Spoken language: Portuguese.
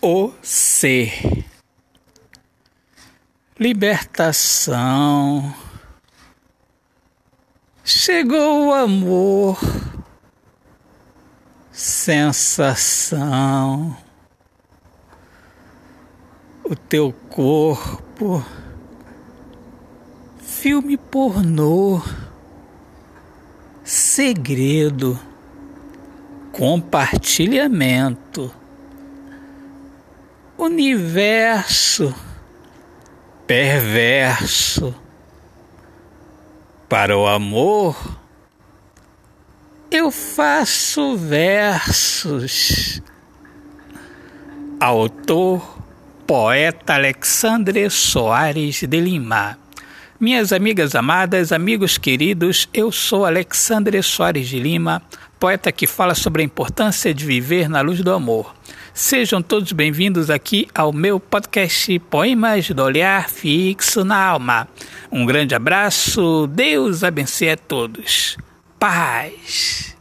o ser. Libertação. Chegou o amor. Sensação. O teu corpo. Filme pornô. Segredo. Compartilhamento. Universo perverso. Para o amor, eu faço versos. Autor, poeta Alexandre Soares de Lima. Minhas amigas amadas, amigos queridos, eu sou Alexandre Soares de Lima, poeta que fala sobre a importância de viver na luz do amor. Sejam todos bem-vindos aqui ao meu podcast Poemas do Olhar Fixo na Alma. Um grande abraço, Deus abençoe a todos. Paz.